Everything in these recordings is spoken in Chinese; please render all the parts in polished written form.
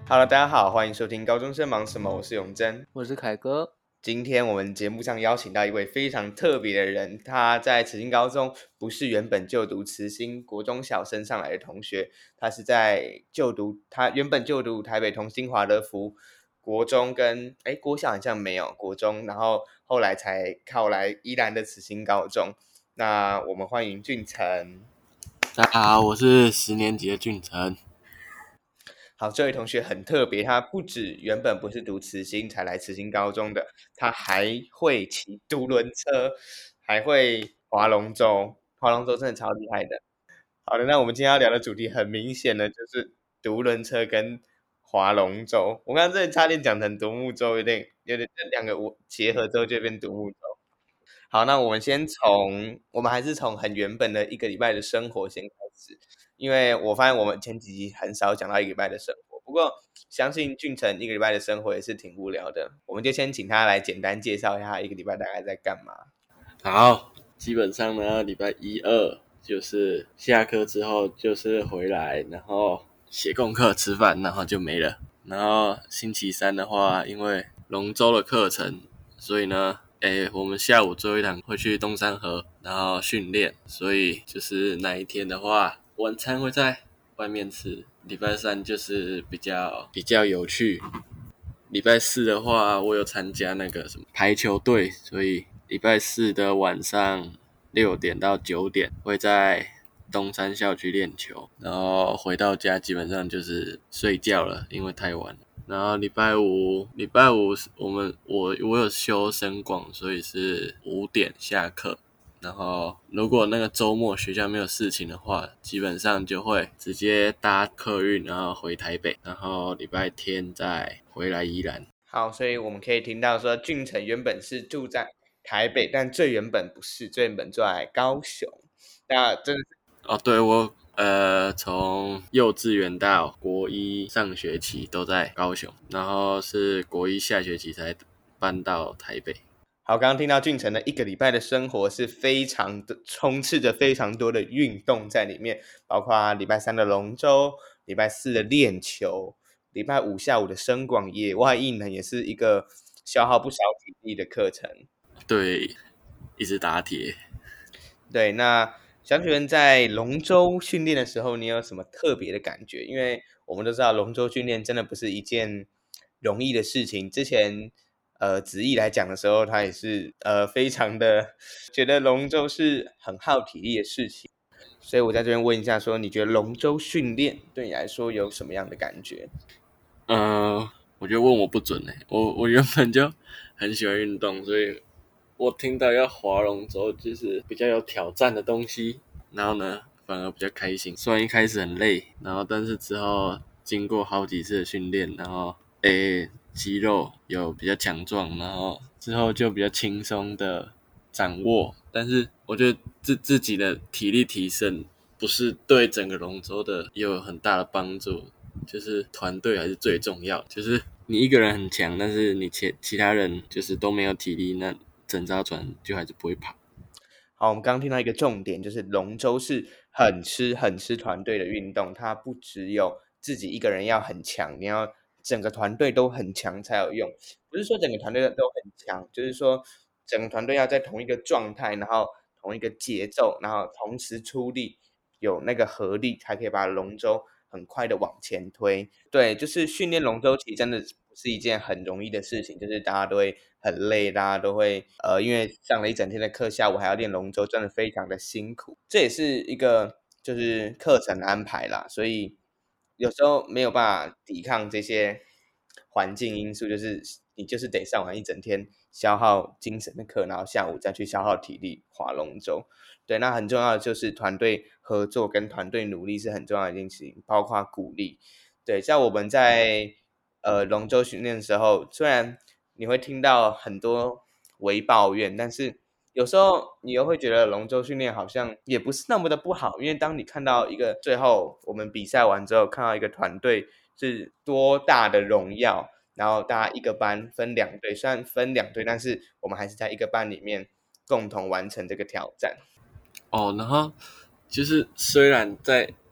Hello，大家好，欢迎收听高中生忙什么？我是永贞， 我是凯哥。 今天我们节目上邀请到一位非常特别的人，他在慈心高中不是原本就读慈心国中小升上来的同学，他是他原本就读台北同心华德福国中跟国小好像没有国中，然后后来才靠来宜兰的慈心高中。那我们欢迎俊成。 大家好，我是10年级的俊成。 好，这位同学很特别，他不止原本不是读慈心才来慈心高中的，他还会骑独轮车，还会划龙舟，划龙舟真的超厉害的。好的，那我们今天要聊的主题很明显的就是独轮车跟划龙舟。我刚刚这里差点讲成独木舟，有点这两个结合之后就变独木舟。好，那我们还是从很原本的一个礼拜的生活先开始，因为我发现我们前几集很少讲到一个礼拜的生活，不过相信俊成一个礼拜的生活也是挺无聊的，我们就先请他来简单介绍一下他一个礼拜大概在干嘛。 好，基本上呢，礼拜一、二就是下课之后就是回来，然后写功课、吃饭，然后就没了。然后星期三的话，因为龙舟的课程，所以呢，我们下午最后一堂会去东山河，然后训练，所以就是那一天的话，晚餐会在外面吃。礼拜三就是比较有趣。礼拜四的话，我有参加那个什么排球队，所以礼拜四的晚上6点到9点会在东山校区练球，然后回到家基本上就是睡觉了，因为太晚了。然后礼拜五我有修声广，所以是5点下课。然后如果那个周末学校没有事情的话，基本上就会直接搭客运，然后回台北，然后礼拜天再回来宜兰。 好，所以我们可以听到说俊成原本是住在台北，但最原本不是，最原本住在高雄。那真的是哦，对，我从幼稚园到国一上学期都在高雄，然后是国一下学期才搬到台北。 好，刚刚听到俊成的一个礼拜的生活是非常的充斥着非常多的运动在里面，包括礼拜三的龙舟，礼拜四的练球，礼拜五下午的声广野外艺能也是一个消耗不少体力的课程。 对，一直打铁。 对，那小雪人在龙舟训练的时候，你有什么特别的感觉？因为我们都知道龙舟训练真的不是一件容易的事情。之前子毅来讲的时候，他也是非常的觉得龙舟是很耗体力的事情。所以我在这边问一下说，你觉得龙舟训练对你来说有什么样的感觉？ 我觉得问我不准我原本就很喜欢运动，所以我听到要划龙舟就是比较有挑战的东西，然后呢反而比较开心。虽然一开始很累，然后但是之后经过好几次的训练，然后肌肉有比较强壮，然后之后就比较轻松的掌握。但是我觉得自己的体力提升不是对整个龙舟的也有很大的帮助，就是团队还是最重要。就是你一个人很强，但是你其他人就是都没有体力，那整艘船就还是不会跑。 好，我们刚刚听到一个重点，就是龙舟是很吃团队的运动，它不只有自己一个人要很强，你要整个团队都很强才有用。不是说整个团队都很强，就是说整个团队要在同一个状态，然后同一个节奏，然后同时出力，有那个合力，才可以把龙舟很快的往前推。对，就是训练龙舟其实真的不是一件很容易的事情，就是大家都会很累，大家都会因为上了一整天的课，下午还要练龙舟，真的非常的辛苦。这也是一个就是课程的安排啦，所以有时候没有办法抵抗这些环境因素，就是你就是得上完一整天消耗精神的课，然后下午再去消耗体力划龙舟。对，那很重要的就是团队合作跟团队努力是很重要的一件事情，包括鼓励。对，像我们在龙舟训练的时候，虽然你会听到很多微抱怨，但是有时候你又会觉得龙舟训练好像也不是那么的不好，因为当你看到一个最后我们比赛完之后，看到一个团队是多大的荣耀，然后大家一个班分两队，虽然分两队，但是我们还是在一个班里面共同完成这个挑战。 哦，然后就是虽然在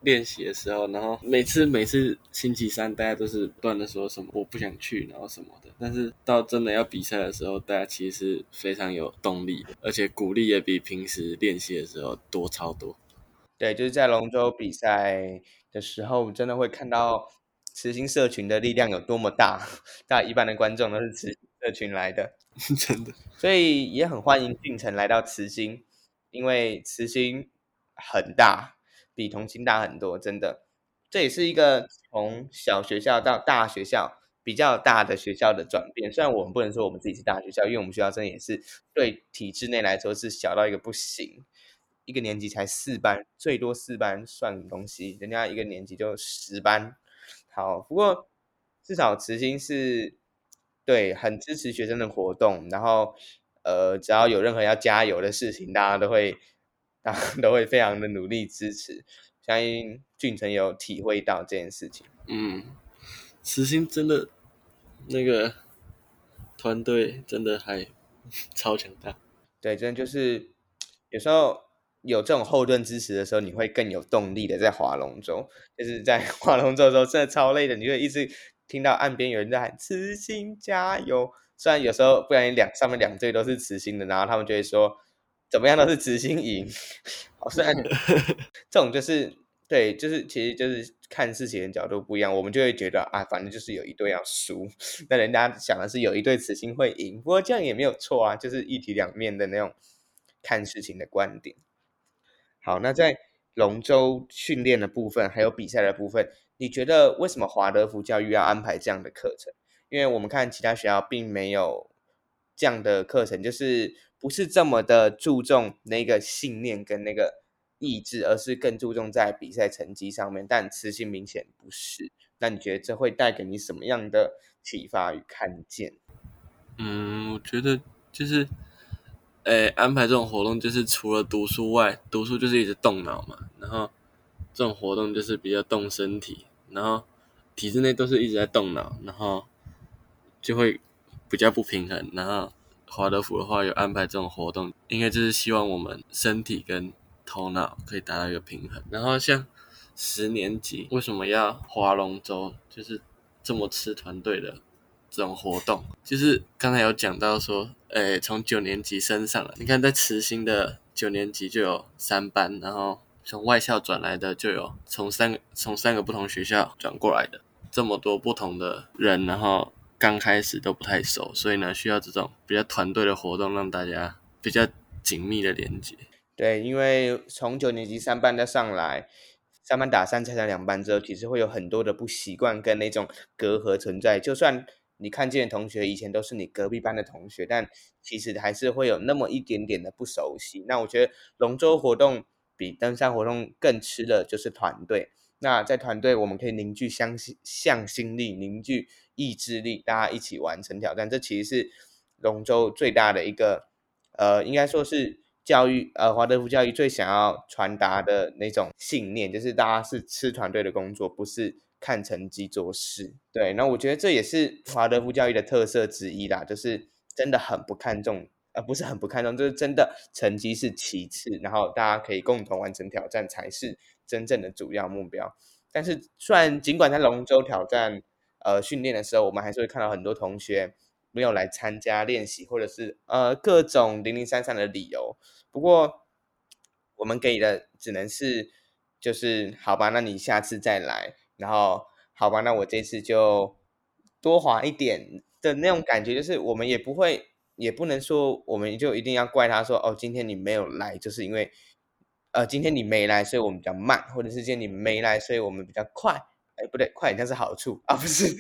练习的时候，然后每次星期三大家都是不断的说什么我不想去，然后什么的，但是到真的要比赛的时候，大家其实是非常有动力的，而且鼓励也比平时练习的时候多超多。 对，就是在龙舟比赛的时候，真的会看到慈心社群的力量有多么大，大家一般的观众都是慈心社群来的。 真的。 所以也很欢迎俊成来到慈心，因为慈心很大，比同心大很多，真的。这也是一个从小学校到大学校比较大的学校的转变。虽然我们不能说我们自己是大学校，因为我们学校真的也是对体制内来说是小到一个不行，一个年级才4班，最多4班算什么东西？人家一个年级就10班。好，不过至少慈心是对很支持学生的活动，然后只要有任何要加油的事情，大家都会非常的努力支持。相信俊成有体会到这件事情。 嗯，慈心真的那个团队真的还超强大。 对，真的就是有时候有这种后盾支持的时候，你会更有动力的在划龙舟。就是在划龙舟的时候，真的超累的，你会一直听到岸边有人在喊"慈心加油"。虽然有时候不然上面2队都是慈心的，然后他们就会说怎么样都是慈心赢。好，虽然这种就是对，就是其实就是看事情的角度不一样，我们就会觉得啊，反正就是有一队要输，那人家想的是有一队慈心会赢，不过这样也没有错啊，就是一体两面的那种看事情的观点。好，那在龙舟训练的部分，还有比赛的部分，你觉得为什么华德福教育要安排这样的课程？因为我们看其他学校并没有这样的课程，就是不是这么的注重那个信念跟那个意志，而是更注重在比赛成绩上面。但慈心明显不是，那你觉得这会带给你什么样的启发与看见？ 我觉得就是，安排这种活动就是除了读书外，读书就是一直动脑嘛，然后这种活动就是比较动身体，然后体制内都是一直在动脑，然后就会比较不平衡。然后华德福的话有安排这种活动，应该就是希望我们身体跟头脑可以达到一个平衡。然后像10年级为什么要划龙舟，就是这么吃团队的这种活动，就是刚才有讲到说，从9年级升上来，你看在慈心的9年级就有3班，然后从外校转来的就有从三个不同学校转过来的，这么多不同的人，然后刚开始都不太熟，所以呢需要这种比较团队的活动，让大家比较紧密的连接。 对，因为从9年级3班再上来，3班打3拆成2班之后，其实会有很多的不习惯跟那种隔阂存在。就算你看见的同学以前都是你隔壁班的同学，但其实还是会有那么一点点的不熟悉。那我觉得龙舟活动比登山活动更吃的就是团队。那在团队，我们可以凝聚向心力，凝聚意志力，大家一起完成挑战。这其实是龙舟最大的一个应该说是华德福教育最想要传达的那种信念，就是大家是吃团队的工作，不是看成绩做事。对，那我觉得这也是华德福教育的特色之一啦，就是真的很不看重，不是很不看重，就是真的成绩是其次，然后大家可以共同完成挑战才是真正的主要目标。但是尽管在龙舟挑战训练的时候，我们还是会看到很多同学没有来参加练习，或者是各种零零散散的理由。不过我们给的只能是就是好吧，那你下次再来，然后好吧，那我这次就多划一点的那种感觉，就是我们也不会，也不能说我们就一定要怪他说哦，今天你没有来，就是因为今天你没来，所以我们比较慢，或者是今天你没来，所以我们比较快。哎，不对，快点像是好处啊，不是。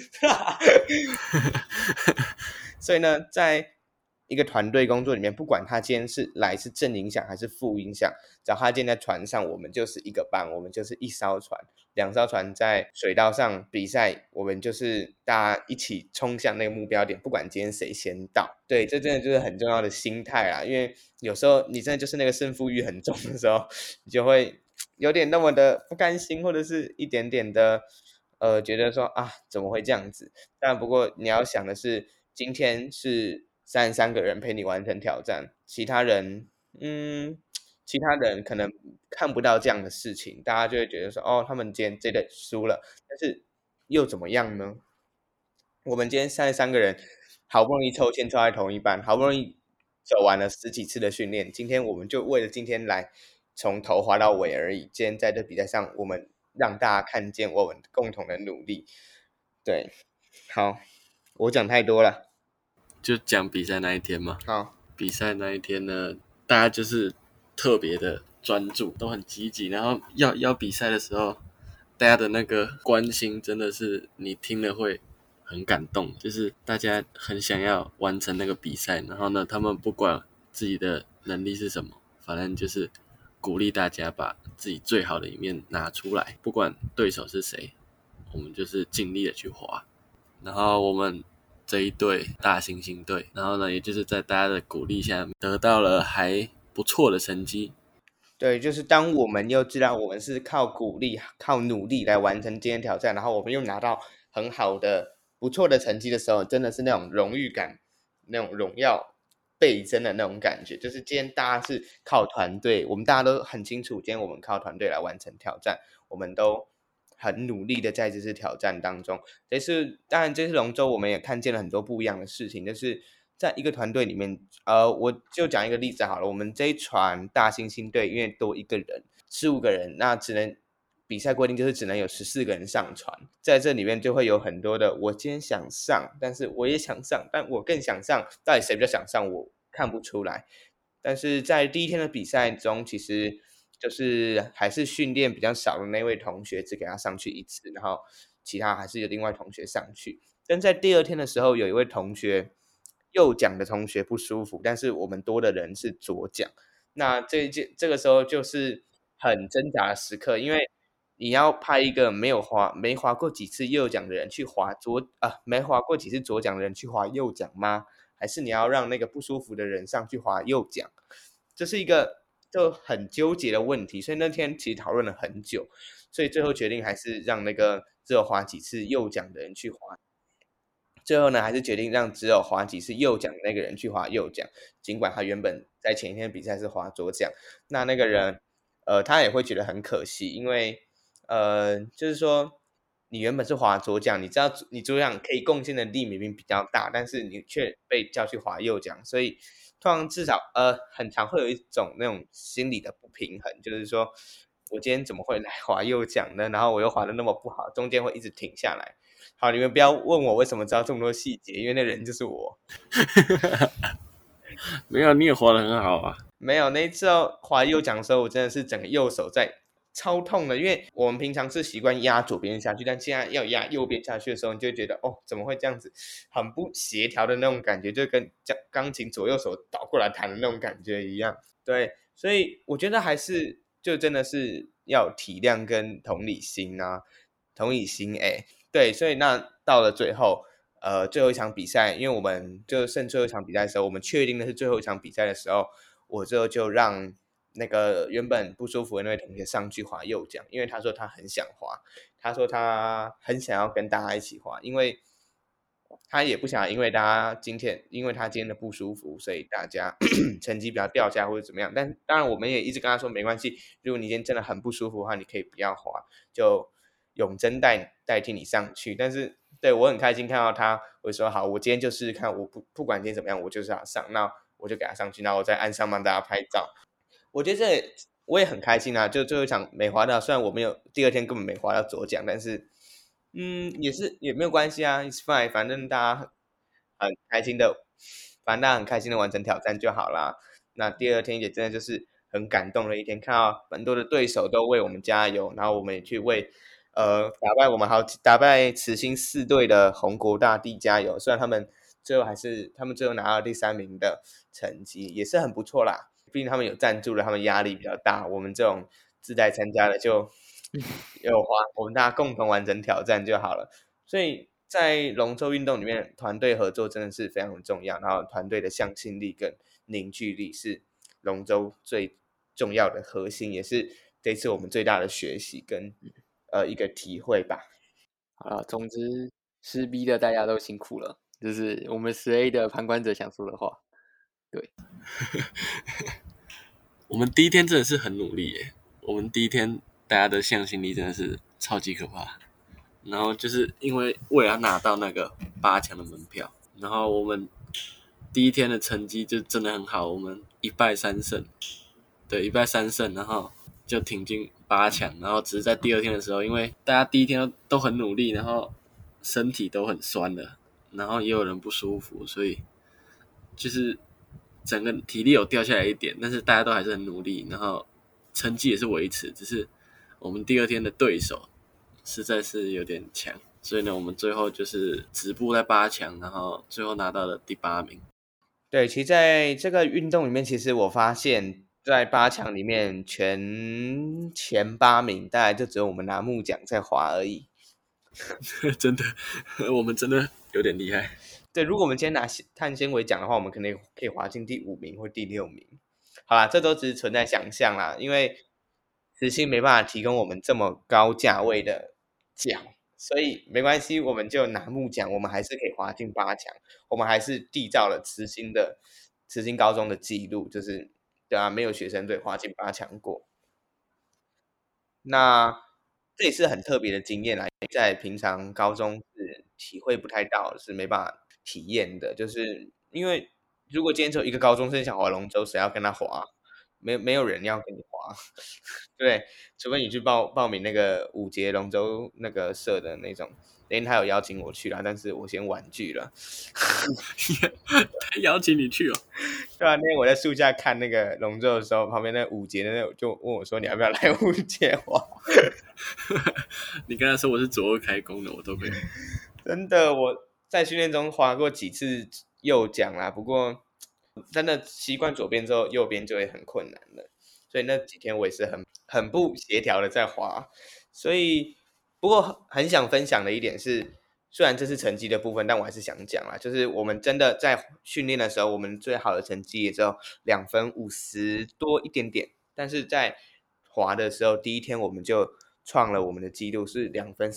所以呢，在一个团队工作里面，不管他今天是正影响还是负影响，只要他今天在船上，我们就是一个班，我们就是一艘船，2艘船在水道上比赛，我们就是大家一起冲向那个目标点，不管今天谁先到。对，这真的就是很重要的心态啦，因为有时候你真的就是那个胜负欲很重的时候，你就会有点那么的不甘心，或者是一点点的觉得说啊怎么会这样子？但不过你要想的是，今天是33个人陪你完成挑战，其他人其他人可能看不到这样的事情，大家就会觉得说，哦，他们今天这队输了，但是又怎么样呢？我们今天33个人好不容易抽签抽在同一班，好不容易走完了十几次的训练，今天我们就为了今天来从头滑到尾而已。今天在这比赛上，我们让大家看见我们共同的努力。对，好，我讲太多了。 就讲比赛那一天嘛。 好， 比赛那一天呢，大家就是特别的专注，都很积极，然后要比赛的时候，大家的那个关心真的是你听了会很感动，就是大家很想要完成那个比赛，然后呢，他们不管自己的能力是什么，反正就是鼓励大家把自己最好的一面拿出来，不管对手是谁，我们就是尽力的去滑。然后我们这一队大猩猩队，然后呢，也就是在大家的鼓励下，得到了还不错的成绩。 对，就是当我们又知道我们是靠鼓励、靠努力来完成今天挑战，然后我们又拿到很好的、不错的成绩的时候，真的是那种荣誉感、那种荣耀倍增的那种感觉。就是今天大家是靠团队，我们大家都很清楚，今天我们靠团队来完成挑战，我们都很努力的在这次挑战当中。当然这次龙舟我们也看见了很多不一样的事情，就是在一个团队里面，我就讲一个例子好了。我们这一船大猩猩队，因为多一个人，15个人，那比赛规定就是只能有14个人上船，在这里面就会有很多的，我今天想上，但是我也想上，但我更想上，到底谁比较想上，我看不出来。但是在第一天的比赛中，其实就是还是训练比较少的那位同学只给他上去一次，然后其他还是有另外同学上去。但在第二天的时候，有一位同学右桨的同学不舒服，但是我们多的人是左桨。那这个时候就是很挣扎的时刻，因为你要派一个没滑过几次右桨的人去滑没滑过几次左桨的人去滑右桨吗？还是你要让那个不舒服的人上去滑右桨？这是一个就很纠结的问题，所以那天其实讨论了很久，所以最后决定还是让那个只有滑几次右桨的人去滑。最后呢，还是决定让只有滑几次右桨的那个人去滑右桨，尽管他原本在前一天比赛是滑左桨。那个人，他也会觉得很可惜，因为，就是说你原本是滑左桨，你知道你左桨可以贡献的力明明比较大，但是你却被叫去滑右桨，所以通常至少很常会有一种那种心理的不平衡，就是说我今天怎么会来滑右桨呢？然后我又滑的那么不好，中间会一直停下来。好，你们不要问我为什么知道这么多细节，因为那人就是我。 没有，你也滑得很好啊。 没有，那一次滑右桨的时候，我真的是整个右手在超痛的，因为我们平常是习惯压左边下去，但现在要压右边下去的时候，你就会觉得哦，怎么会这样子，很不协调的那种感觉，就跟钢琴左右手倒过来弹的那种感觉一样。对，所以我觉得还是就真的是要体谅跟同理心啊，同理心对，所以那到了最后，最后一场比赛，因为我们就剩最后一场比赛的时候，我们确定的是最后一场比赛的时候，我最后就让那个原本不舒服的那位同学上去滑右桨，因为他说他很想滑，他说他很想要跟大家一起滑，因为他也不想因为因为他今天的不舒服，所以大家成绩比较掉下或者怎么样。但当然，我们也一直跟他说没关系，如果你今天真的很不舒服的话，你可以不要滑，就永贞代替你上去。但是对我很开心看到他，我就说好，我今天就试试看，我不管今天怎么样，我就是要上，那我就给他上去，然后我在岸上帮大家拍照。我觉得我也很开心啊，就最后一场没滑到，虽然我没有第二天根本没滑到左桨，但是也没有关系啊，it's fine，反正大家很开心的，反正大家很开心的完成挑战就好啦。那第二天也真的就是很感动的一天，看到很多的对手都为我们加油，然后我们也去为打败慈心4队的红国大帝加油。虽然他们最后拿到第3名的成绩，也是很不错啦。毕竟他们有赞助了，他们压力比较大。我们这种自带参加的就我们大家共同完成挑战就好了。所以在龙舟运动里面，团队合作真的是非常重要，然后团队的向心力跟凝聚力是龙舟最重要的核心，也是这次我们最大的学习跟一个体会吧。 好了，总之施逼的大家都辛苦了，就是我们10A 的旁观者想说的话。对， 我们第一天真的是很努力耶，我们第一天大家的向心力真的是超级可怕。然后就是因为了拿到那个8强的门票，然后我们第一天的成绩就真的很好，我们1败3胜，对，1败3胜，然后就挺进8强。然后只是在第二天的时候，因为大家第一天都很努力，然后身体都很酸了，然后也有人不舒服，所以就是整个体力有掉下来一点，但是大家都还是很努力，然后成绩也是维持，只是我们第二天的对手实在是有点强，所以呢，我们最后就是止步在8强，然后最后拿到了第8名。 对，其实在这个运动里面，其实我发现，在8强里面，全前8名，大概就只有我们拿木奖在滑而已。 真的，我们真的有点厉害。 对，如果我们今天拿碳纤维奖的话，我们可能可以滑进第5名或第6名。好啦，这都只是存在想象啦，因为时薪没办法提供我们这么高价位的奖，所以没关系，我们就拿木奖，我们还是可以滑进8强，我们还是缔造了慈心高中的记录，就是对啊，没有学生队滑进8强过。那这也是很特别的经验啦，在平常高中是体会不太到，是没办法体验的。就是因为如果今天只有一个高中生想划龙舟，谁要跟他划？没有人要跟你划，对，除非你去报名那个5节龙舟那个社的那种，连他有邀请我去啦，但是我先婉拒了。 他邀请你去哦？ 对啊，那天我在树下看那个龙舟的时候，旁边那5节的那就问我说：“你要不要来5节划？” 你跟他说我是左右开弓的，我都可以。 真的，我在训练中划过几次右桨啦，不过真的习惯左边之后，右边就会很困难了。所以那几天我也是很不协调的在划。所以不过很想分享的一点是，虽然这是成绩的部分，但我还是想讲啦，就是我们真的在训练的时候，我们最好的成绩也只有2分50多一点点，但是在滑的时候，第一天我们就创了我们的纪录，是2分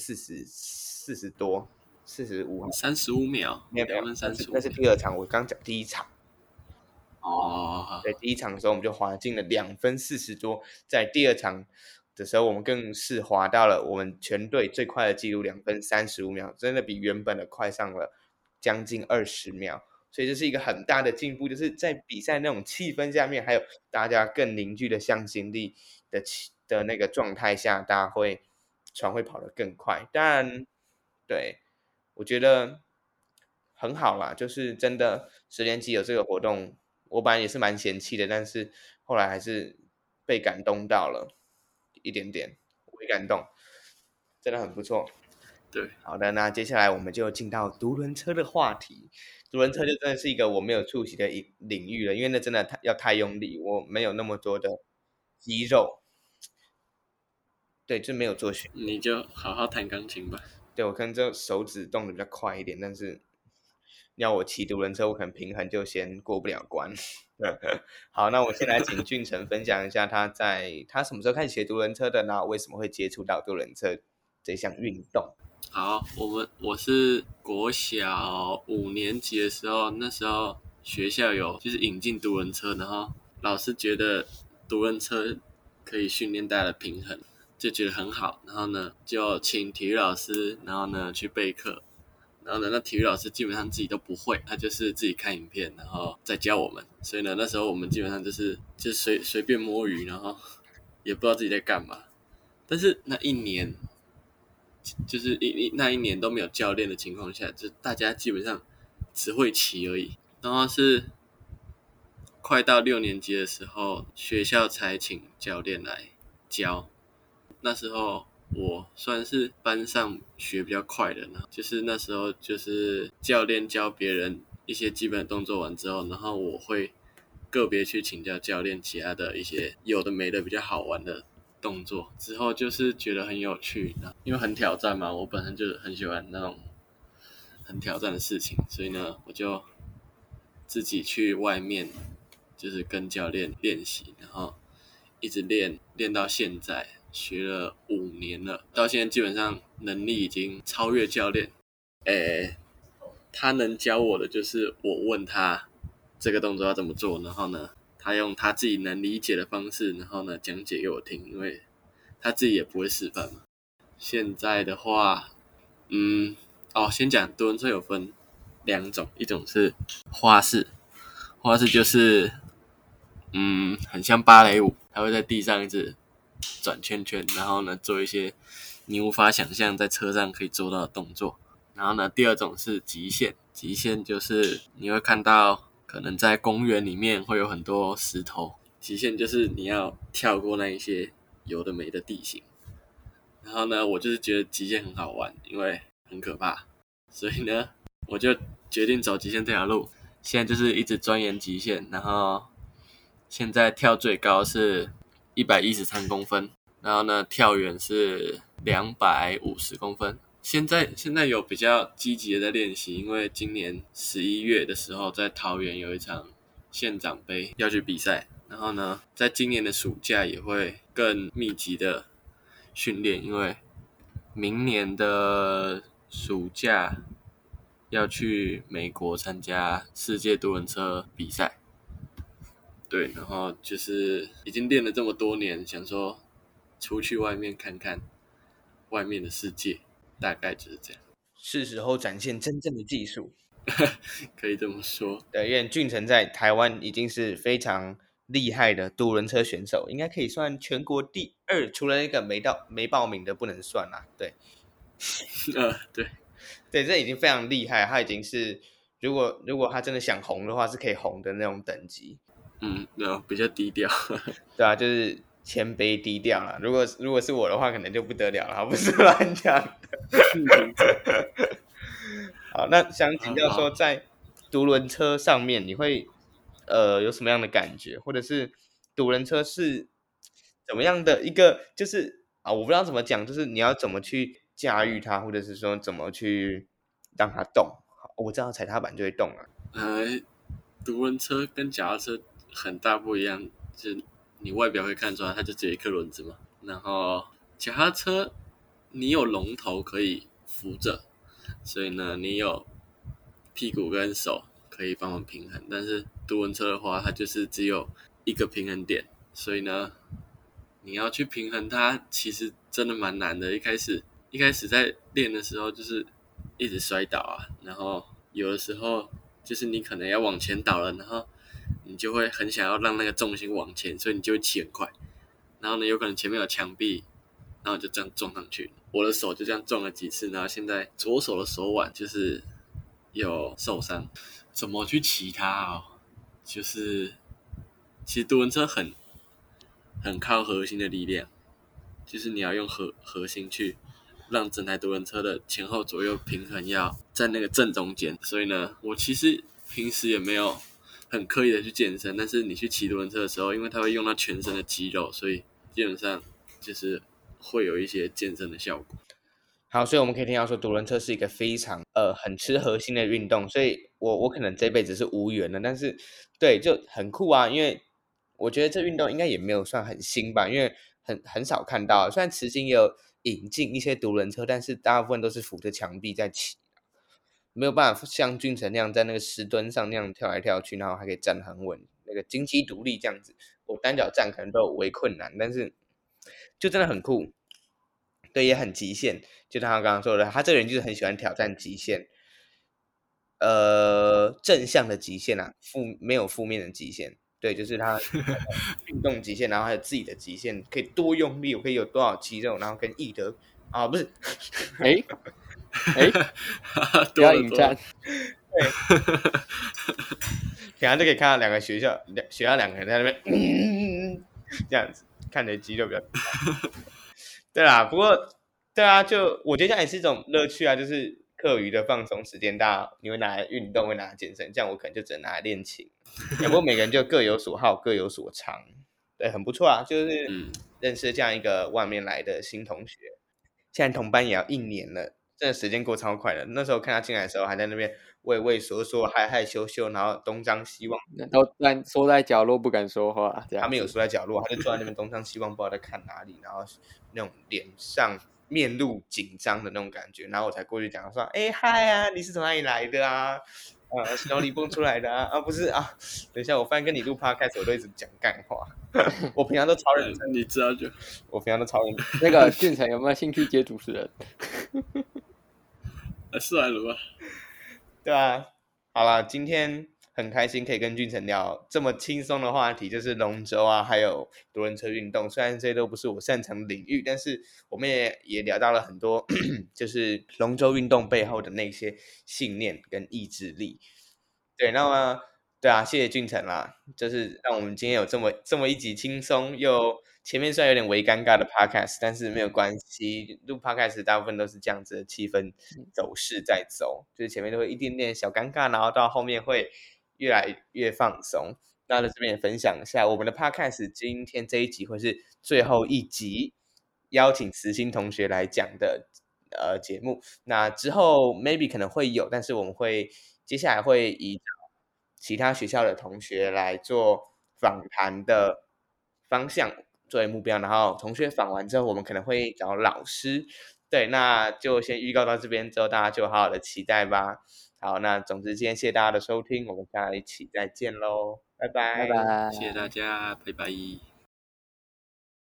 40多。45 35秒， 没有 2分35秒。 那是第2场，我刚讲第1场。 哦， 对，第1场的时候我们就滑进了2分40多，在第2场的时候，我们更是滑到了我们全队最快的纪录2分35秒，真的比原本的快上了将近20秒，所以这是一个很大的进步，就是在比赛那种气氛下面，还有大家更凝聚的向心力的那个状态下，大家船会跑得更快。当然，对，我觉得很好啦，就是真的10年级有这个活动，我本来也是蛮嫌弃的，但是后来还是被感动到了一点点，微感动，真的很不错。 对， 好的，那接下来我们就进到独轮车的话题。独轮车就真的是一个我没有触及的领域了，因为那真的要太用力，我没有那么多的肌肉，对，就没有做训练。 你就好好弹钢琴吧。 对，我可能就手指动的比较快一点，但是要我骑独轮车，我可能平衡就先过不了关。好，那我先来请俊成分享一下他什么时候开始学独轮车的呢？为什么会接触到独轮车这项运动？ 好，我是国小5年级的时候，那时候学校有就是引进独轮车，然后老师觉得独轮车可以训练大家的平衡，就觉得很好，然后呢就请体育老师，然后呢去备课，然后呢那体育老师基本上自己都不会，他就是自己看影片，然后再教我们，所以呢那时候我们基本上就随便摸鱼，然后也不知道自己在干嘛，但是那一年。就是那一年都没有教练的情况下，就大家基本上只会骑而已。然后是快到6年级的时候，学校才请教练来教。那时候我算是班上学比较快的，然后就是那时候就是教练教别人一些基本的动作完之后，然后我会个别去请教教练其他的一些有的没的比较好玩的动作，之后就是觉得很有趣，因为很挑战嘛，我本身就很喜欢那种很挑战的事情，所以呢，我就自己去外面就是跟教练练习，然后一直练到现在，学了5年了，到现在基本上能力已经超越教练。他能教我的就是我问他这个动作要怎么做，然后呢， 他用他自己能理解的方式，然后呢讲解给我听，因为他自己也不会示范嘛。现在的话，先讲独轮车有分两种，一种是花式，花式就是很像芭蕾舞，它会在地上一直转圈圈，然后呢做一些你无法想象在车上可以做到的动作。然后呢，第二种是极限，极限就是你会看到可能在公园里面会有很多石头，极限就是你要跳过那一些有的没的地形。然后呢，我就是觉得极限很好玩，因为很可怕，所以呢，我就决定走极限这条路。现在就是一直钻研极限，然后现在跳最高是113公分，然后呢，跳远是250公分。现在有比较积极的在练习，因为今年11月的时候，在桃园有一场县长杯要去比赛，然后呢，在今年的暑假也会更密集的训练，因为明年的暑假要去美国参加世界多人车比赛。对，然后就是已经练了这么多年，想说出去外面看看外面的世界，大概就是这样。 是时候展现真正的技术。 可以这么说。 对，因为俊成在台湾已经是非常厉害的独轮车选手，应该可以算全国第2，除了那个没报名的不能算啦。对， 对， 对，这已经非常厉害，他已经是如果他真的想红的话，是可以红的那种等级。 比较低调。 对啊，就是谦卑低调啦。如果是我的话，可能就不得了了，不是乱讲的。好，那想请教说，在独轮车上面，你会有什么样的感觉，或者是独轮车是怎么样的一个，就是我不知道怎么讲，就是你要怎么去驾驭它，或者是说怎么去让它动。好我知道踩踏板就会动了。 独轮车跟脚踏车很大不一样，就你外表会看出来，它就只有一颗轮子嘛。然后脚踏车你有龙头可以扶着，所以呢，你有屁股跟手可以帮忙平衡。但是独轮车的话，它就是只有一个平衡点，所以呢，你要去平衡它，其实真的蛮难的。一开始在练的时候，就是一直摔倒啊，然后有的时候就是你可能要往前倒了，然后你就会很想要让那个重心往前，所以你就会骑很快。然后呢，有可能前面有墙壁，然后就这样撞上去。我的手就这样撞了几次，然后现在左手的手腕就是有受伤。怎么去骑它哦？就是其实独轮车很靠核心的力量，就是你要用核心去让整台独轮车的前后左右平衡要在那个正中间。所以呢，我其实平时也没有很刻意的去健身，但是你去骑独轮车的时候，因为它会用到全身的肌肉，所以基本上就是会有一些健身的效果。 好，所以我们可以听到说，独轮车是一个非常很吃核心的运动，所以我可能这辈子是无缘的，但是对就很酷啊，因为我觉得这运动应该也没有算很新吧，因为很少看到，虽然慈心也有引进一些独轮车，但是大部分都是扶着墙壁在骑，没有办法像俊成那样在那个石墩上那样跳来跳去，然后还可以站得很稳，那个经济独立这样子，我单脚站可能都有微困难，但是就真的很酷。对，也很极限，就像他刚刚说的，他这个人就是很喜欢挑战极限，正向的极限啊，没有负面的极限，对，就是他运动极限，然后还有自己的极限，可以多用力，我可以有多少肌肉，然后跟易德不是， 不要引战。 对，等下就可以看到两个学校两个人在那边，这样子看着肌肉比较大，对啦，不过对啊，就我觉得这样也是一种乐趣啊，就是课余的放松时间，大家你会拿来运动，会拿来健身，这样我可能就只能拿来练琴。不过每个人就各有所好，各有所长，对，很不错啊，就是认识这样一个外面来的新同学，现在同班也要1年了，真的时间过超快的。那时候看他进来的时候，还在那边畏畏缩缩、害害羞羞，然后东张西望， 都缩在角落不敢说话，这样子。 他没有缩在角落，他就坐在那边东张西望，不知道在看哪里，然后那种脸上面露紧张的那种感觉，然后我才过去讲说，嗨啊，你是从哪里来的啊？ 是脑里蹦出来的啊，不是啊。等一下，我发现跟你录 podcast 我都一直讲干话，我平常都超认真， 你知道就我平常都超认真。 那个俊成有没有兴趣接主持人？ 算了吧。 对啊，好啦，今天很开心可以跟俊成聊这么轻松的话题，就是龙舟啊，还有独轮车运动。虽然这些都不是我擅长的领域，但是我们也聊到了很多，就是龙舟运动背后的那些信念跟意志力。对，那么对啊，谢谢俊成啦，就是让我们今天有这么一集轻松又前面虽然有点微尴尬的 podcast，但是没有关系，录 podcast 大部分都是这样子的气氛走势在走，就是前面都会一点点小尴尬，然后到后面会越来越放松。那在这边也分享一下，我们的 podcast 今天这一集会是最后一集，邀请慈心同学来讲的节目。那之后 maybe 可能会有，但是我们会接下来会以找其他学校的同学来做访谈的方向作为目标，然后同学访完之后，我们可能会找老师。对，那就先预告到这边，之后大家就好好的期待吧。好，那总之今天谢谢大家的收听，我们下一期再见喽，拜拜。 拜拜， 谢谢大家，拜拜。